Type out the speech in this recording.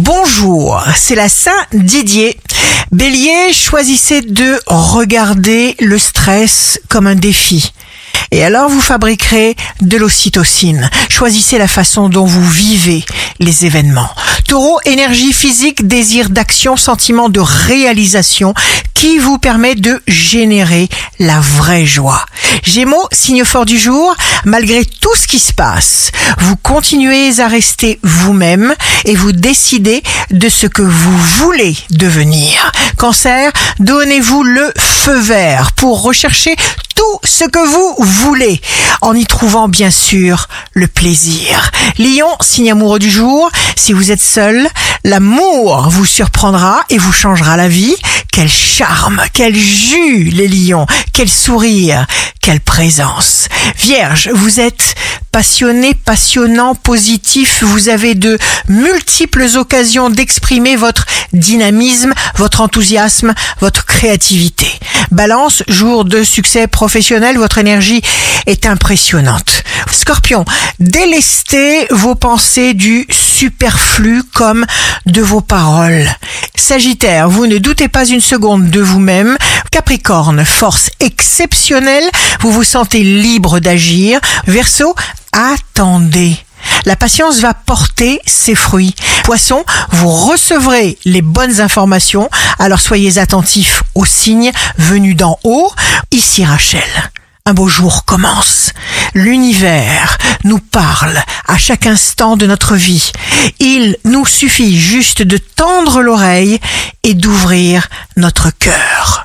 Bonjour, c'est la Saint-Didier. Bélier, choisissez de regarder le stress comme un défi. Et alors vous fabriquerez de l'ocytocine. Choisissez la façon dont vous vivez les événements. Taureau, énergie physique, désir d'action, sentiment de réalisation qui vous permet de générer la vraie joie. Gémeaux, signe fort du jour, malgré tout ce qui se passe, vous continuez à rester vous-même et vous décidez de ce que vous voulez devenir. Cancer, donnez-vous le feu vert pour rechercher tout ce que vous voulez, en y trouvant bien sûr le plaisir. Lion, signe amoureux du jour, si vous êtes seul, l'amour vous surprendra et vous changera la vie. Quel charme, quel jus les lions, quel sourire, quelle présence. Vierge, vous êtes passionné, passionnant, positif, vous avez de multiples occasions d'exprimer votre dynamisme, votre enthousiasme, votre créativité. Balance, jour de succès professionnel, votre énergie est impressionnante. Scorpion, délestez vos pensées du superflu comme de vos paroles. Sagittaire, vous ne doutez pas une seconde de vous-même. Capricorne, force exceptionnelle, vous vous sentez libre d'agir. Verseau, attendez. La patience va porter ses fruits. Poisson, vous recevrez les bonnes informations, alors soyez attentifs aux signes venus d'en haut. Ici Rachel, un beau jour commence. L'univers nous parle à chaque instant de notre vie. Il nous suffit juste de tendre l'oreille et d'ouvrir notre cœur.